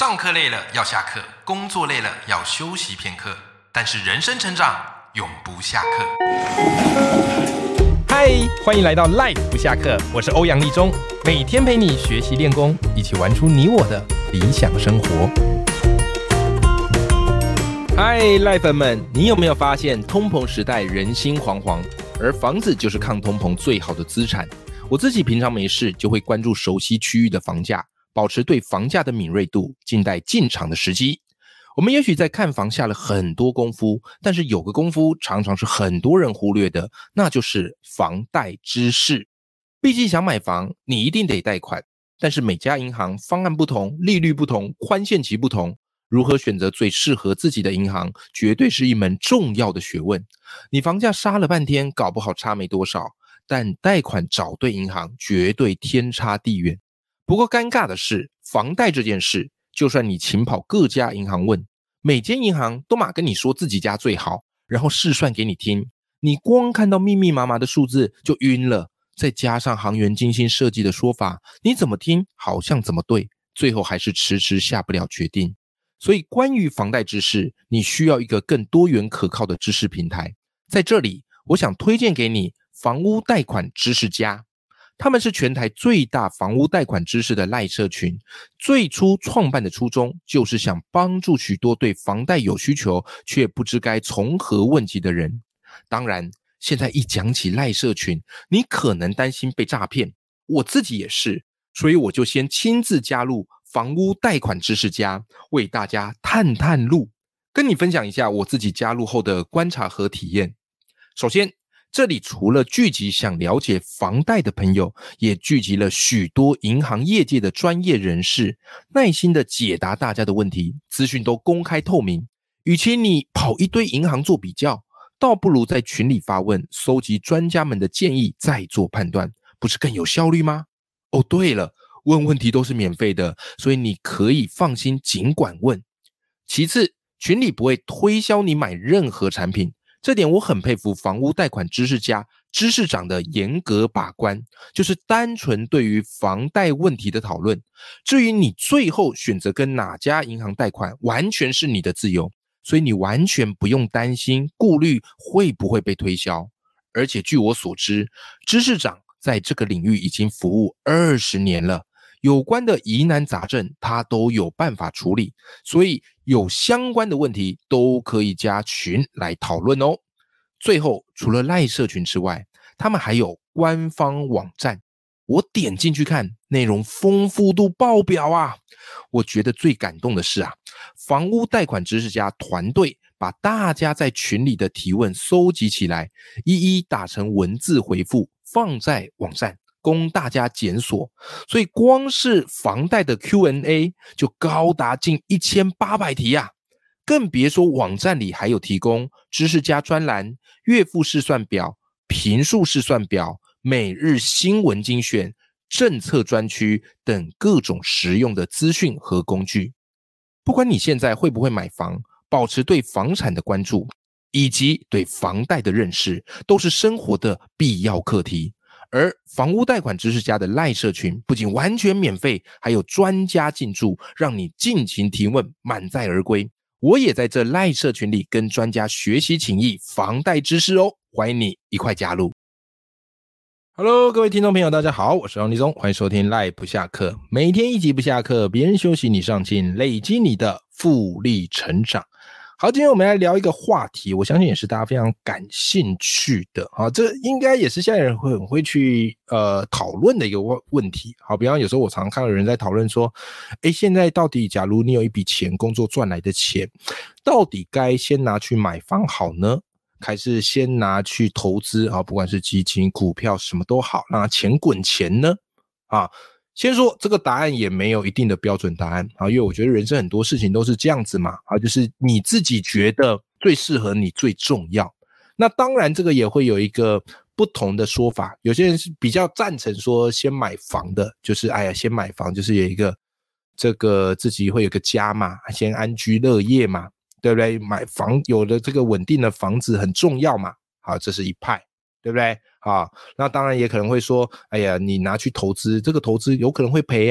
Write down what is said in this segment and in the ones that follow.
上课累了要下课，工作累了要休息片刻，但是人生成长永不下课。嗨，欢迎来到 Life 不下课，我是欧阳立中，每天陪你学习练功，一起玩出你我的理想生活。 嗨，赖粉们，你有没有发现通膨时代人心惶惶，而房子就是抗通膨最好的资产？我自己平常没事就会关注熟悉区域的房价，保持对房价的敏锐度，静待进场的时机。我们也许在看房下了很多功夫，但是有个功夫常常是很多人忽略的，那就是房贷知识。毕竟想买房，你一定得贷款，但是每家银行方案不同，利率不同，宽限期不同，如何选择最适合自己的银行，绝对是一门重要的学问。你房价杀了半天，搞不好差没多少，但贷款找对银行，绝对天差地远。不过尴尬的是，房贷这件事，就算你勤跑各家银行问，每间银行都马跟你说自己家最好，然后试算给你听，你光看到密密麻麻的数字就晕了，再加上行员精心设计的说法，你怎么听好像怎么对，最后还是迟迟下不了决定。所以关于房贷知识，你需要一个更多元可靠的知识平台。在这里，我想推荐给你房屋贷款知识家。他们是全台最大房屋贷款知识的赖社群，最初创办的初衷就是想帮助许多对房贷有需求却不知该从何问起的人。当然，现在一讲起赖社群，你可能担心被诈骗，我自己也是，所以我就先亲自加入房屋贷款知识家，为大家探探路，跟你分享一下我自己加入后的观察和体验。首先，这里除了聚集想了解房贷的朋友，也聚集了许多银行业界的专业人士，耐心的解答大家的问题，资讯都公开透明。与其你跑一堆银行做比较，倒不如在群里发问，搜集专家们的建议，再做判断，不是更有效率吗？哦，对了，问问题都是免费的，所以你可以放心尽管问。其次，群里不会推销你买任何产品，这点我很佩服房屋贷款知识家知识长的严格把关，就是单纯对于房贷问题的讨论。至于你最后选择跟哪家银行贷款，完全是你的自由，所以你完全不用担心顾虑会不会被推销。而且据我所知，知识长在这个领域已经服务20年了，有关的疑难杂症他都有办法处理，所以有相关的问题都可以加群来讨论哦。最后，除了赖社群之外，他们还有官方网站，我点进去看，内容丰富度爆表啊！我觉得最感动的是房屋贷款知识家团队把大家在群里的提问收集起来，一一打成文字回复，放在网站供大家检索，所以光是房贷的 Q&A 就高达近1800题啊！更别说网站里还有提供知识家专栏、月付试算表、坪数试算表、每日新闻精选、政策专区等各种实用的资讯和工具。不管你现在会不会买房，保持对房产的关注，以及对房贷的认识，都是生活的必要课题。而房屋贷款知识家的赖社群不仅完全免费，还有专家进驻，让你尽情提问，满载而归。我也在这赖社群里跟专家学习请益房贷知识哦，欢迎你一块加入。Hello， 各位听众朋友，大家好，我是王立中，欢迎收听赖不下课，每天一集不下课，别人休息你上进，累积你的复利成长。好，今天我们来聊一个话题，我相信也是大家非常感兴趣的啊，这应该也是现在人很会去讨论的一个问题。好，比方有时候我常看到有人在讨论说，现在到底假如你有一笔钱，工作赚来的钱，到底该先拿去买房好呢，还是先拿去投资啊？不管是基金、股票什么都好，让钱滚钱呢？先说这个答案也没有一定的标准答案因为我觉得人生很多事情都是这样子嘛就是你自己觉得最适合你最重要。那当然这个也会有一个不同的说法，有些人是比较赞成说先买房的，就是先买房就是有一个这个自己会有个家嘛，先安居乐业嘛，对不对？买房有了这个稳定的房子很重要嘛，好，这是一派，对不对？那当然也可能会说，你拿去投资，这个投资有可能会赔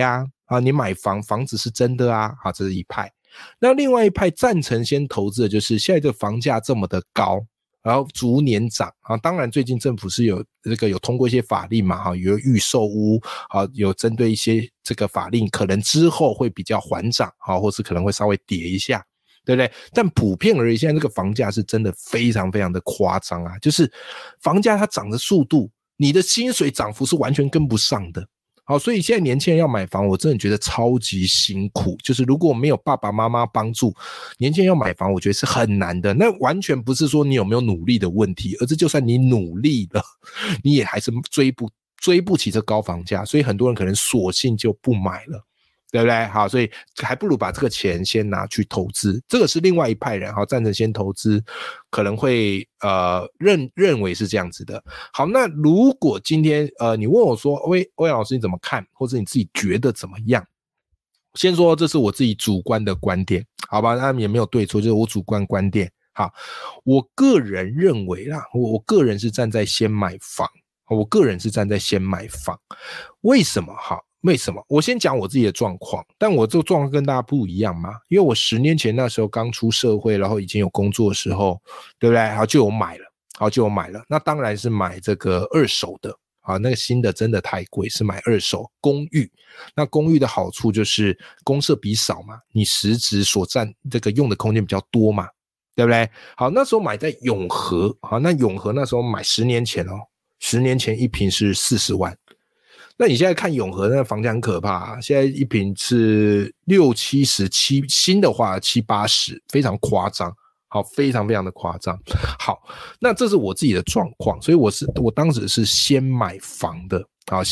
你买房子是真的啊，这是一派。那另外一派赞成先投资的就是现在这个房价这么的高，然后逐年涨当然最近政府是有通过一些法令嘛有预售屋有针对一些这个法令可能之后会比较缓涨或是可能会稍微跌一下，对不对？但普遍而言现在这个房价是真的非常非常的夸张就是房价它涨的速度你的薪水涨幅是完全跟不上的。好，所以现在年轻人要买房我真的觉得超级辛苦，就是如果没有爸爸妈妈帮助，年轻人要买房我觉得是很难的。那完全不是说你有没有努力的问题，而是就算你努力了你也还是追不起这高房价，所以很多人可能索性就不买了，对不对？好，所以还不如把这个钱先拿去投资，这个是另外一派人赞成先投资，可能会认为是这样子的。好，那如果今天你问我说欧阳老师你怎么看，或者你自己觉得怎么样？先说这是我自己主观的观点，好吧？他们也没有对错，就是我主观观点。好，我个人认为啦，我个人是站在先买房，为什么？好，为什么？我先讲我自己的状况，但我这个状况跟大家不一样嘛，因为我10年前那时候刚出社会，然后已经有工作的时候，对不对？好，就有买了，那当然是买这个二手的那个新的真的太贵，是买二手公寓。那公寓的好处就是公设比少嘛，你实质所占这个用的空间比较多嘛，对不对？好，那时候买在永和，好，那永和那时候买10年前10年前一坪是40万。那你现在看永和那个房价很可怕现在一坪是60-70，新的话70-80，非常夸张。好，非常非常的夸张。好，那这是我自己的状况，所以我当时是先买房的。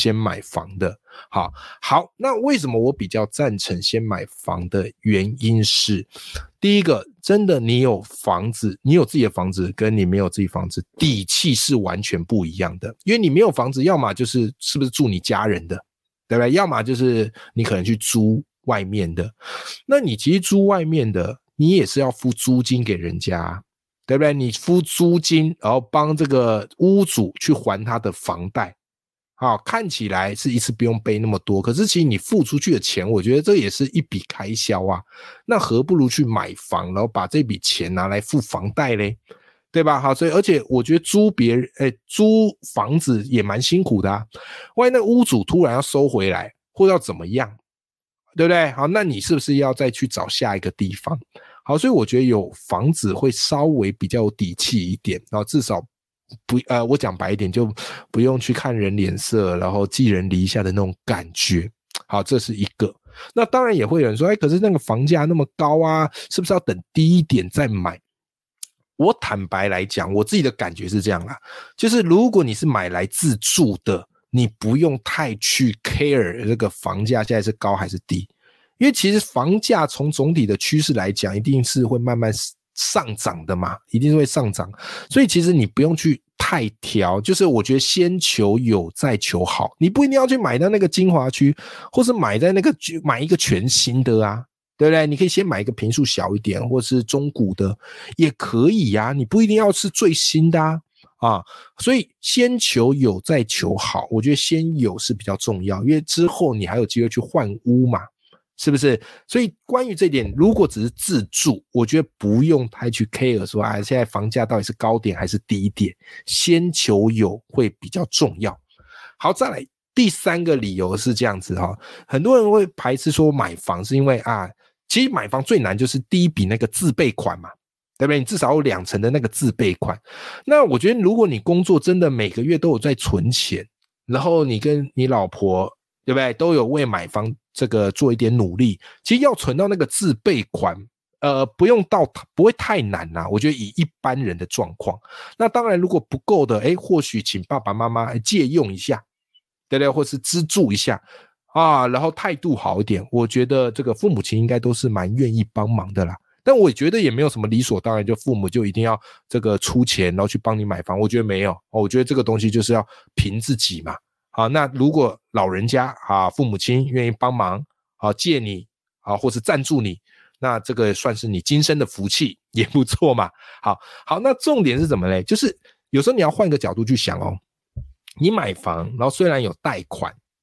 好，那为什么我比较赞成先买房的原因是，第一个，真的你有房子，你有自己的房子跟你没有自己房子底气是完全不一样的。因为你没有房子，要么就是是不是住你家人的，对不对？要么就是你可能去租外面的。那你其实租外面的你也是要付租金给人家，对不对？你付租金然后帮这个屋主去还他的房贷，好，看起来是一次不用背那么多，可是其实你付出去的钱我觉得这也是一笔开销那何不如去买房然后把这笔钱拿来付房贷嘞，对吧？好，所以而且我觉得租房子也蛮辛苦的万一那屋主突然要收回来或要怎么样，对不对？好，那你是不是要再去找下一个地方？好，所以我觉得有房子会稍微比较有底气一点，然后至少我讲白一点，就不用去看人脸色，然后寄人篱下的那种感觉。好，这是一个。那当然也会有人说，可是那个房价那么高是不是要等低一点再买？我坦白来讲，我自己的感觉是这样就是如果你是买来自住的，你不用太去 care 这个房价现在是高还是低，因为其实房价从总体的趋势来讲一定是会慢慢上涨的嘛，一定是会上涨，所以其实你不用去太挑，就是我觉得先求有再求好，你不一定要去买到那个精华区，或是买一个全新的对不对？你可以先买一个坪数小一点或是中古的也可以你不一定要是最新的所以先求有再求好，我觉得先有是比较重要，因为之后你还有机会去换屋嘛，是不是？所以关于这点，如果只是自住，我觉得不用太去 care 说现在房价到底是高点还是低点，先求有会比较重要。好，再来第3个理由是这样子很多人会排斥说买房是因为其实买房最难就是第一笔那个自备款嘛，对不对？你至少有2成的那个自备款。那我觉得如果你工作真的每个月都有在存钱，然后你跟你老婆对不对都有为买房这个做一点努力，其实要存到那个自备款不会太难我觉得以一般人的状况。那当然如果不够的或许请爸爸妈妈借用一下，对不对？或是资助一下然后态度好一点，我觉得这个父母亲应该都是蛮愿意帮忙的啦。但我觉得也没有什么理所当然就父母就一定要这个出钱然后去帮你买房，我觉得没有我觉得这个东西就是要凭自己嘛。好，那如果老人家父母亲愿意帮忙借你或是赞助你，那这个算是你今生的福气也不错嘛。好，那重点是什么呢？就是有时候你要换个角度去想你买房然后虽然有贷款，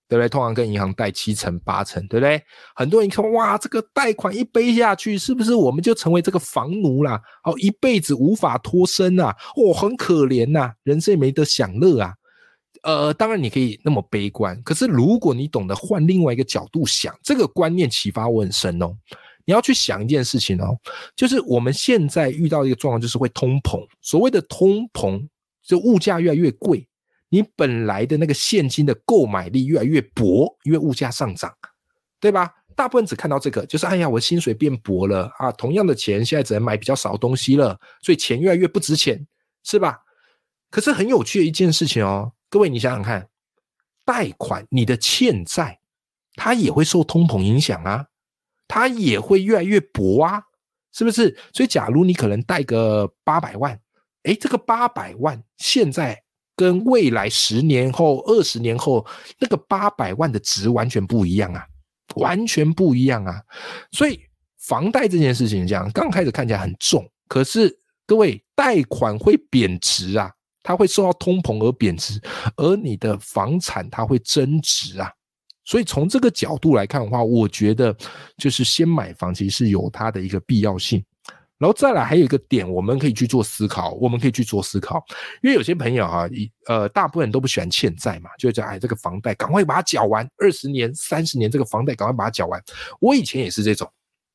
对不对？通常跟银行贷7%、8%，对不对？很多人看，哇，这个贷款一背下去，是不是我们就成为这个房奴啦？一辈子无法脱身啊！很可怜呐，人生也没得享乐啊。当然你可以那么悲观，可是如果你懂得换另外一个角度想，这个观念启发我很深哦。你要去想一件事情哦，就是我们现在遇到一个状况，就是会通膨。所谓的通膨，就物价越来越贵。你本来的那个现金的购买力越来越薄，因为物价上涨，对吧？大部分只看到这个，就是哎呀，我薪水变薄了啊，同样的钱现在只能买比较少的东西了，所以钱越来越不值钱，是吧？可是很有趣的一件事情哦，各位你想想看，贷款你的欠债，它也会受通膨影响啊，它也会越来越薄啊，是不是？所以假如你可能贷个800万，这个800万现在跟未来10年后、20年后那个800万的值完全不一样啊，完全不一样啊。所以房贷这件事情这样，刚开始看起来很重，可是各位，贷款会贬值啊，它会受到通膨而贬值，而你的房产它会增值啊。所以从这个角度来看的话，我觉得就是先买房其实是有它的一个必要性。然后再来还有一个点我们可以去做思考，因为有些朋友大部分人都不喜欢欠债嘛，就会觉得这个房贷赶快把它缴完，20年30年这个房贷赶快把它缴完。我以前也是这种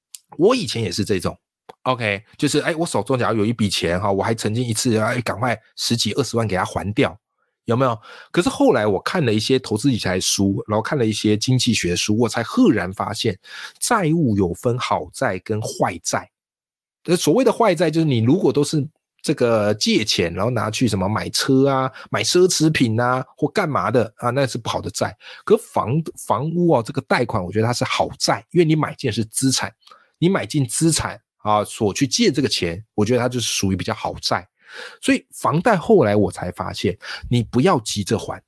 OK， 就是我手中假如有一笔钱我还曾经一次赶快10几20万给它还掉，有没有？可是后来我看了一些投资理财书，然后看了一些经济学书，我才赫然发现债务有分好债跟坏债。所谓的坏债就是你如果都是这个借钱然后拿去什么买车啊、买奢侈品啊或干嘛的啊，那是不好的债。可房屋这个贷款我觉得它是好债，因为你买进的是资产，你买进资产所去借这个钱，我觉得它就是属于比较好债。所以房贷后来我才发现，你不要急着还，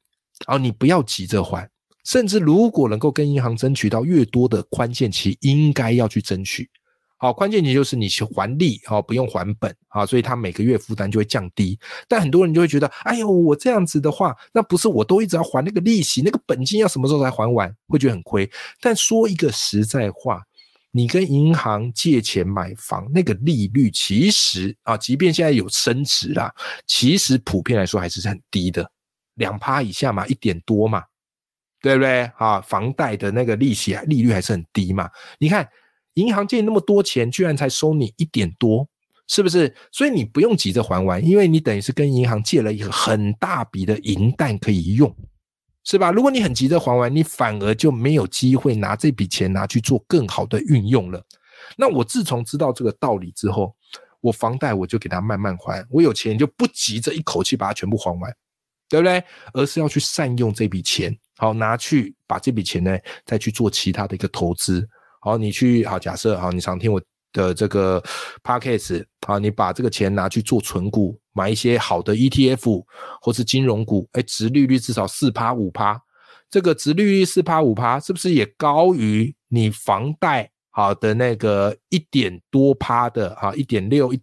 甚至如果能够跟银行争取到越多的宽限期，应该要去争取。宽限期就是你还利不用还本所以他每个月负担就会降低。但很多人就会觉得，哎呦，我这样子的话，那不是我都一直要还那个利息，那个本金要什么时候才还完，会觉得很亏。但说一个实在话，你跟银行借钱买房，那个利率其实即便现在有升值啦，其实普遍来说还是很低的，2% 以下嘛，1点多嘛，对不对房贷的那个利息利率还是很低嘛。你看银行借你那么多钱，居然才收你1点多，是不是？所以你不用急着还完，因为你等于是跟银行借了一个很大笔的银弹可以用，是吧？如果你很急着还完，你反而就没有机会拿这笔钱拿去做更好的运用了。那我自从知道这个道理之后，我房贷我就给它慢慢还，我有钱就不急着一口气把它全部还完，对不对？而是要去善用这笔钱，拿去把这笔钱呢再去做其他的一个投资。你去假设你常听我的这个 podcast 你把这个钱拿去做存股，买一些好的 ETF 或是金融股，殖利率至少 4% 5%， 这个殖利率 4% 5% 是不是也高于你房贷的那个1点多%的1.6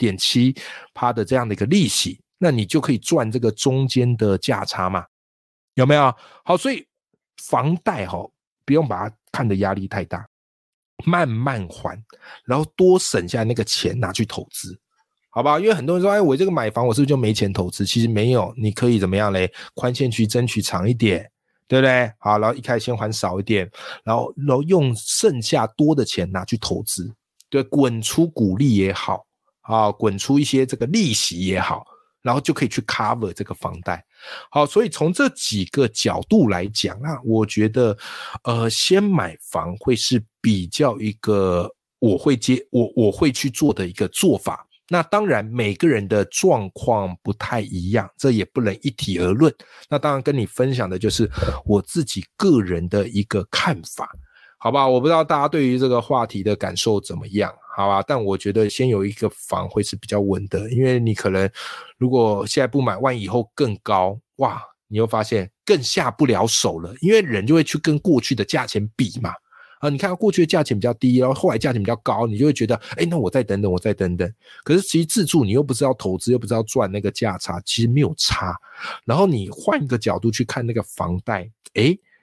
1.7% 的这样的一个利息？那你就可以赚这个中间的价差嘛，有没有？好，所以房贷不用把它看得压力太大，慢慢还，然后多省下那个钱拿去投资，好吧？因为很多人说我这个买房我是不是就没钱投资？其实没有，你可以怎么样嘞？宽限期争取长一点，对不对？好，然后一开始先还少一点，然后用剩下多的钱拿去投资，对，滚出股利也好滚出一些这个利息也好，然后就可以去 cover 这个房贷。好，所以从这几个角度来讲我觉得先买房会是比较一个我会去做的一个做法。那当然每个人的状况不太一样，这也不能一体而论。那当然跟你分享的就是我自己个人的一个看法，好吧？我不知道大家对于这个话题的感受怎么样，好吧？但我觉得先有一个房会是比较稳的，因为你可能如果现在不买，万一以后更高，哇，你又发现更下不了手了，因为人就会去跟过去的价钱比嘛。你看过去的价钱比较低，然后后来价钱比较高，你就会觉得那我再等等，可是其实自住你又不是要投资，又不是要赚那个价差，其实没有差。然后你换一个角度去看那个房贷，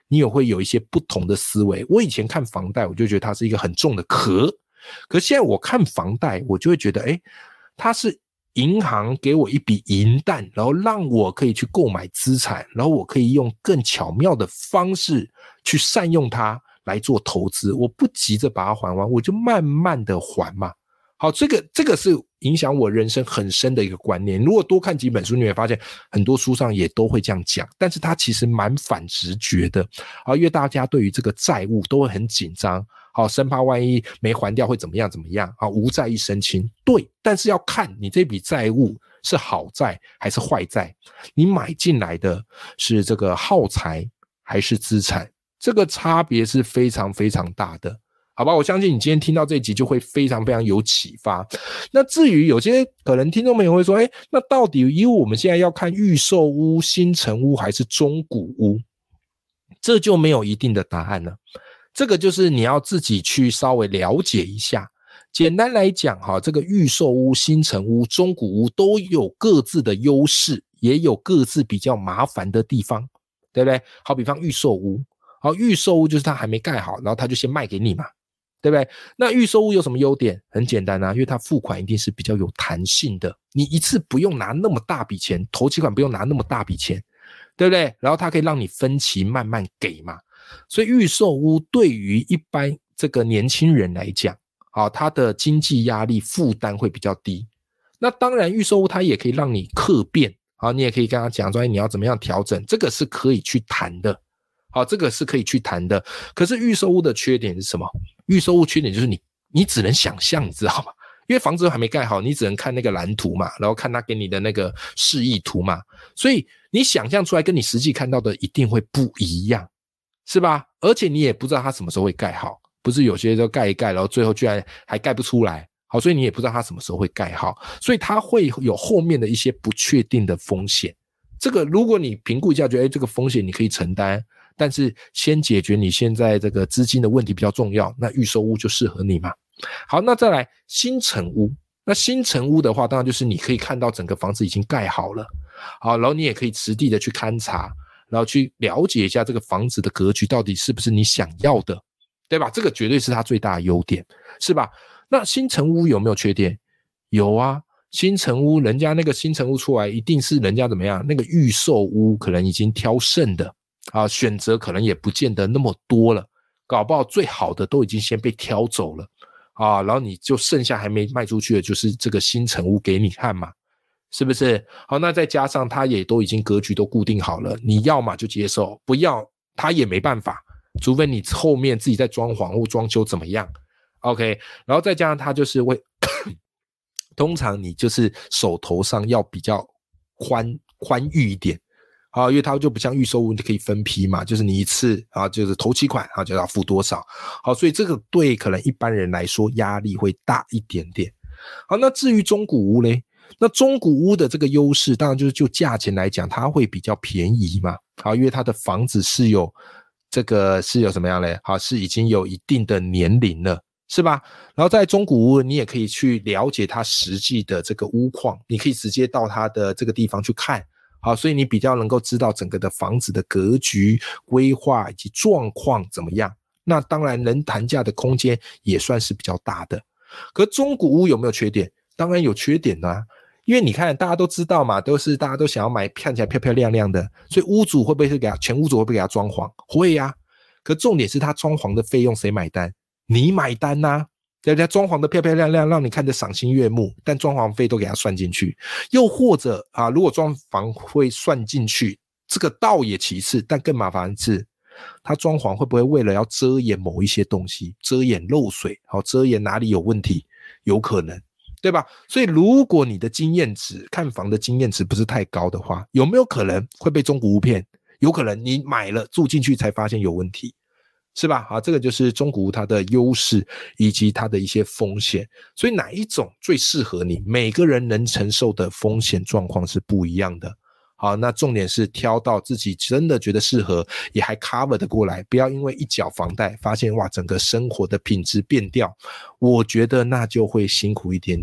你也会有一些不同的思维。我以前看房贷我就觉得它是一个很重的壳，可现在我看房贷我就会觉得它是银行给我一笔银弹，然后让我可以去购买资产，然后我可以用更巧妙的方式去善用它来做投资，我不急着把它还完，我就慢慢的还嘛。好，这个是影响我人生很深的一个观念。如果多看几本书，你会发现很多书上也都会这样讲，但是它其实蛮反直觉的。好，因为大家对于这个债务都会很紧张，好，生怕万一没还掉会怎么样怎么样，好，无债一身轻。对，但是要看你这笔债务是好债还是坏债，你买进来的是这个耗材还是资产，这个差别是非常非常大的。好吧，我相信你今天听到这一集就会非常非常有启发。那至于有些可能听众朋友会说，那到底以我们现在要看预售屋、新成屋还是中古屋，这就没有一定的答案了。这个就是你要自己去稍微了解一下。简单来讲这个预售屋、新成屋、中古屋都有各自的优势，也有各自比较麻烦的地方，对不对？好，比方预售屋，好，预售屋就是它还没盖好，然后它就先卖给你嘛，对不对？那预售屋有什么优点？很简单啊，因为它付款一定是比较有弹性的，你一次不用拿那么大笔钱，头期款不用拿那么大笔钱，对不对？然后它可以让你分期慢慢给嘛。所以预售屋对于一般这个年轻人来讲，它的经济压力负担会比较低。那当然预售屋它也可以让你客变，你也可以跟他讲说你要怎么样调整，这个是可以去谈的。好，这个是可以去谈的。可是预售屋的缺点是什么？预售屋缺点就是你只能想象，你知道吗？因为房子还没盖好，你只能看那个蓝图嘛，然后看他给你的那个示意图嘛，所以你想象出来跟你实际看到的一定会不一样，是吧？而且你也不知道他什么时候会盖好，不是有些都盖一盖，然后最后居然还盖不出来。好，所以你也不知道他什么时候会盖好，所以他会有后面的一些不确定的风险。这个如果你评估一下，觉得这个风险你可以承担，但是先解决你现在这个资金的问题比较重要，那预售屋就适合你嘛。好，那再来新成屋。那新成屋的话，当然就是你可以看到整个房子已经盖好了，好，然后你也可以实地的去勘察，然后去了解一下这个房子的格局到底是不是你想要的，对吧？这个绝对是它最大的优点，是吧？那新成屋有没有缺点？有啊，新成屋人家那个新成屋出来一定是人家怎么样，那个预售屋可能已经挑剩的选择可能也不见得那么多了，搞不好最好的都已经先被挑走了然后你就剩下还没卖出去的就是这个新成屋给你看嘛，是不是？好，那再加上它也都已经格局都固定好了，你要嘛就接受，不要它也没办法，除非你后面自己在装潢或装修怎么样 OK， 然后再加上它就是会通常你就是手头上要比较宽裕一点因为它就不像预售屋你可以分批嘛，就是你一次就是头期款就要付多少。好，所以这个对可能一般人来说压力会大一点点。好，那至于中古屋咧，那中古屋的这个优势当然就是就价钱来讲它会比较便宜嘛。好，因为它的房子是有什么样咧？好，是已经有一定的年龄了，是吧？然后在中古屋你也可以去了解它实际的这个屋况，你可以直接到它的这个地方去看。好，所以你比较能够知道整个的房子的格局、规划以及状况怎么样。那当然能谈价的空间也算是比较大的。可中古屋有没有缺点？当然有缺点啊，因为你看大家都知道嘛，大家都想要买看起来漂漂亮亮的，所以屋主会不会是前屋主会不会给他装潢？会啊。可重点是他装潢的费用谁买单？你买单啊，对不对？装潢的漂漂亮亮，让你看得赏心悦目，但装潢费都给他算进去。又或者如果装潢会算进去，这个倒也其次，但更麻烦的是他装潢会不会为了要遮掩某一些东西，遮掩漏水，遮掩哪里有问题，有可能，对吧？所以如果你的经验值，看房的经验值不是太高的话，有没有可能会被中古屋骗？有可能你买了住进去才发现有问题，是吧？这个就是中古屋它的优势以及它的一些风险。所以哪一种最适合你，每个人能承受的风险状况是不一样的。好，那重点是挑到自己真的觉得适合，也还 cover 得过来，不要因为一缴房贷发现哇整个生活的品质变掉，我觉得那就会辛苦一点点。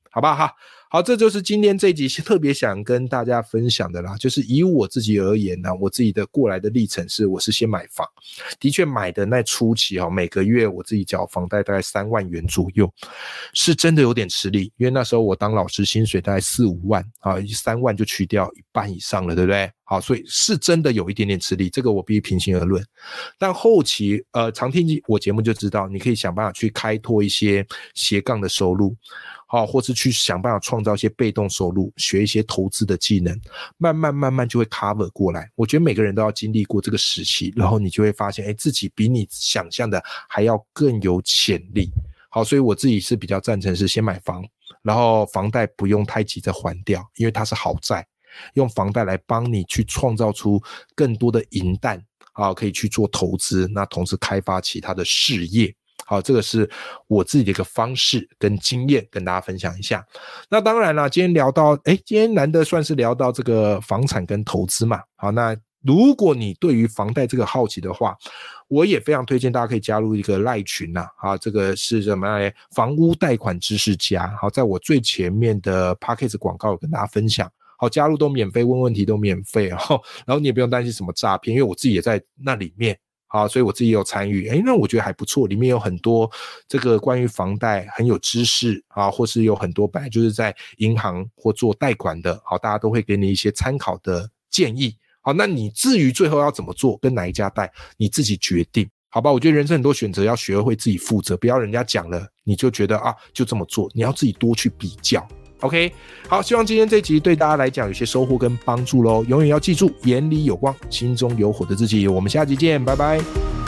好不好？好，这就是今天这一集特别想跟大家分享的啦，就是以我自己而言呢，我自己的过来的历程是，我是先买房，的确买的那初期每个月我自己缴房贷大概3万元左右，是真的有点吃力，因为那时候我当老师薪水大概4、5万，3万就去掉一半以上了，对不对？好，所以是真的有一点点吃力，这个我必须平心而论。但后期常听我节目就知道，你可以想办法去开拓一些斜杠的收入，或是去想办法创造一些被动收入，学一些投资的技能，慢慢就会 cover 过来。我觉得每个人都要经历过这个时期，然后你就会发现自己比你想象的还要更有潜力。好，所以我自己是比较赞成是先买房，然后房贷不用太急着还掉，因为它是好债，用房贷来帮你去创造出更多的银弹可以去做投资，那同时开发其他的事业。好，这个是我自己的一个方式跟经验跟大家分享一下。那当然啦，今天聊到今天难得算是聊到这个房产跟投资嘛。好，那如果你对于房贷这个好奇的话，我也非常推荐大家可以加入一个赖群这个是什么呢？房屋贷款知识家。好，在我最前面的 Podcast 广告有跟大家分享。好，加入都免费，问问题都免费然后你也不用担心什么诈骗，因为我自己也在那里面。好，所以我自己也有参与，那我觉得还不错，里面有很多这个关于房贷很有知识或是有很多本来就是在银行或做贷款的，好，大家都会给你一些参考的建议。好，那你至于最后要怎么做，跟哪一家贷，你自己决定，好吧？我觉得人生很多选择要学会自己负责，不要人家讲了你就觉得就这么做，你要自己多去比较。OK， 好，希望今天这集对大家来讲有些收获跟帮助咯。永远要记住，眼里有光，心中有火的自己。我们下集见，拜拜。